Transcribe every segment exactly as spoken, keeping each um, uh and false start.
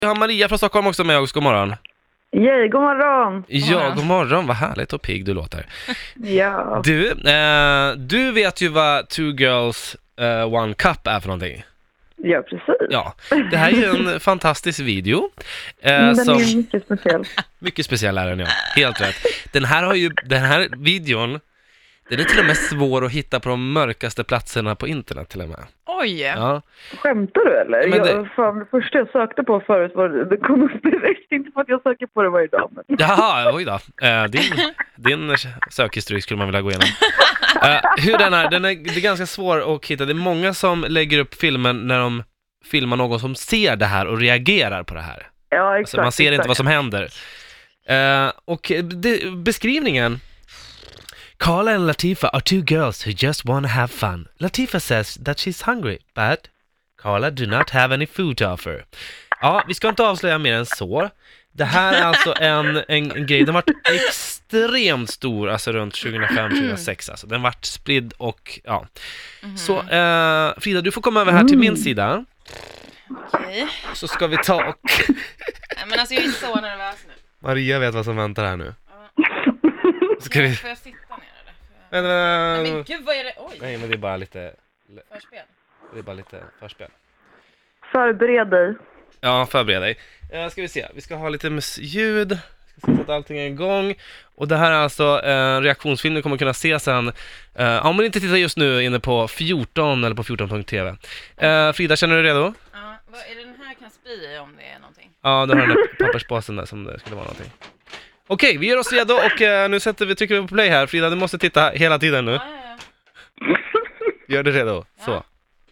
Jag har Maria från Stockholm också med oss. God morgon. Yay, god morgon. Ja, god morgon. Vad härligt och pigg du låter. Ja. Du, eh, du vet ju vad Two Girls uh, One Cup är för någonting. Ja, precis. Ja, det här är ju en fantastisk video. Eh, den som... är mycket speciell. Mycket speciell är den, ja. Helt rätt. Den här har ju, den här videon, den är till och med svår att hitta på de mörkaste platserna på internet till och med. Oj! Ja. Skämtar du eller? Men det... jag, fan, det första jag sökte på förut var det kom upp direkt. Inte för att jag söker på det varje dag. Men... Jaha, oj då. Eh, din, din sökhistorik skulle man vilja gå igenom. Eh, hur den är, den är, det är ganska svår att hitta. Det är många som lägger upp filmen när de filmar någon som ser det här och reagerar på det här. Ja, exakt. Alltså man ser exakt. inte vad som händer. Eh, och det, beskrivningen: Carla and Latifah are two girls who just want to have fun. Latifah says that she's hungry, but Carla do not have any food to offer. Ja, vi ska inte avslöja mer än så. Det här är alltså en, en, en grej. Den var extremt stor, alltså runt tjugohundrafem tjugohundrasex. Alltså. Den var spridd och ja. Mm-hmm. Så eh, Frida, du får komma över här till min sida. Okej. Så ska vi ta och... Nej, men alltså jag är så nervös nu. Maria vet vad som väntar här nu. Ja. Ska vi... Får jag sitta ner eller? Men, Nej, men, men gud, vad är det? Oj! nej, men det är bara lite... Förspel. Det är bara lite förspel. Förbered dig. Ja, förbered dig. Uh, ska vi se. Vi ska ha lite mus- ljud. Ska se så att allting är igång. Och det här är alltså uh, reaktionsfilm. Du kommer kunna se sen. Uh, om man inte tittar just nu inne på fjorton eller på fjorton punkt t v. Uh, Frida, känner du redo? Ja, vad är det den här kan spy i om det är någonting? Ja, du har den där papperspåsen där som det skulle vara någonting. Okej, vi gör oss redo och uh, nu sätter vi, trycker vi på play här. Frida, du måste titta hela tiden nu. Ja, ja, ja. Gör det redo. Ja. Så.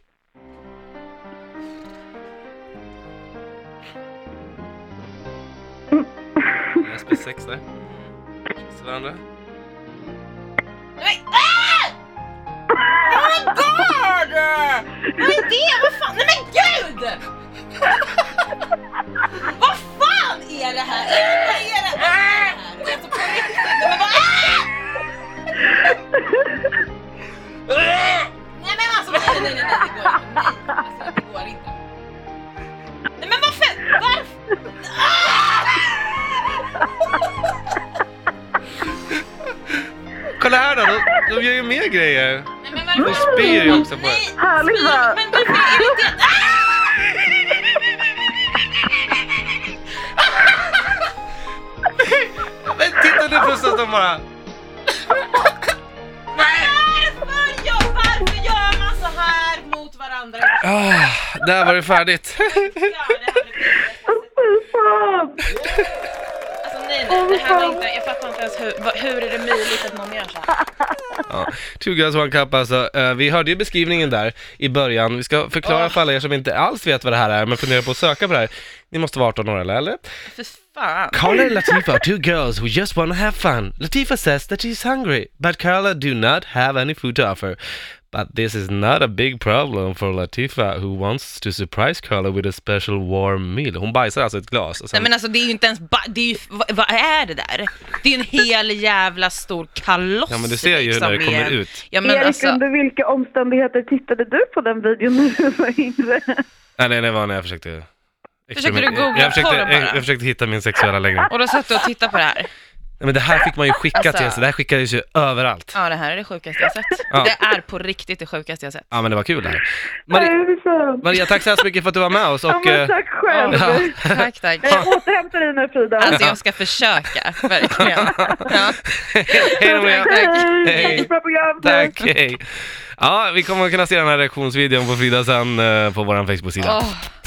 S P sex där. Kysser varandra. Nej! Ah! Oh my god! Vad är det? Vad fan? Nej men gud! Vad fan är det här? Vad är det här? Det är så på riktigt. Nej men vad... Ah! Nej men alltså, nej nej nej, nej, det går inte. Nej, alltså det går inte. Nej men varför? Varför? Ah! Kolla här då, de, de gör ju mer grejer. Nej, men varför? De spyr ju också på det. Nej, Härligt, spyr, va? men varför är det det? Ah! Men titta nu pussas de bara. Varför gör, varför gör man så här mot varandra? Ah, där var det färdigt. Ja, det här blir fan. Alltså nej, nej, det här var inte, jag fattar inte ens hur, vad- hur är det möjligt att någon gör så här? Ja, Two Girls One Cup alltså. Uh, vi hörde ju beskrivningen där i början. Vi ska förklara Oh. för alla er som inte alls vet vad det här är men funderar på att söka på det här. Ni måste vara arton år eller? eller? För fan. Carla and Latifah are two girls who just want to have fun. Latifah says that she's hungry, but Carla do not have any food to offer. But this is not a big problem for Latifah, who wants to surprise Carla with a special warm meal. Hon bajsar alltså ett glas. Och sen... Nej men alltså det är ju inte ens, ba- det är ju, vad, vad är det där? Det är ju en hel jävla stor kaloss. Ja, men du ser ju när det liksom, kommer med- ut. Ja men Erik, alltså, under vilka omständigheter tittade du på den videon när du var yngre? Nej, nej, det var när jag försökte... Försöker du googla jag försökte, porr bara? jag, jag försökte hitta min sexuella läggning. och då satt du och tittade på det här. Nej, men det här fick man ju skicka Alltså- till sig. Det här skickades ju överallt. Ja, det här är det sjukaste jag sett. Ja. Det är på riktigt det sjukaste jag sett. Ja, men det var kul det här. Maria, Nej, det är sant. Maria, tack så hemskt mycket för att du var med oss. Ja, Och, men eh, tack själv. ja. Tack, tack. Jag återhämtar dig nu, Frida. Alltså jag ska försöka, verkligen. Ja. Hej då, Maria. Hej. Hej. Bra program. Tack, hej. Ja, vi kommer att kunna se den här reaktionsvideon på Frida sen eh, på vår Facebook-sida. Åh.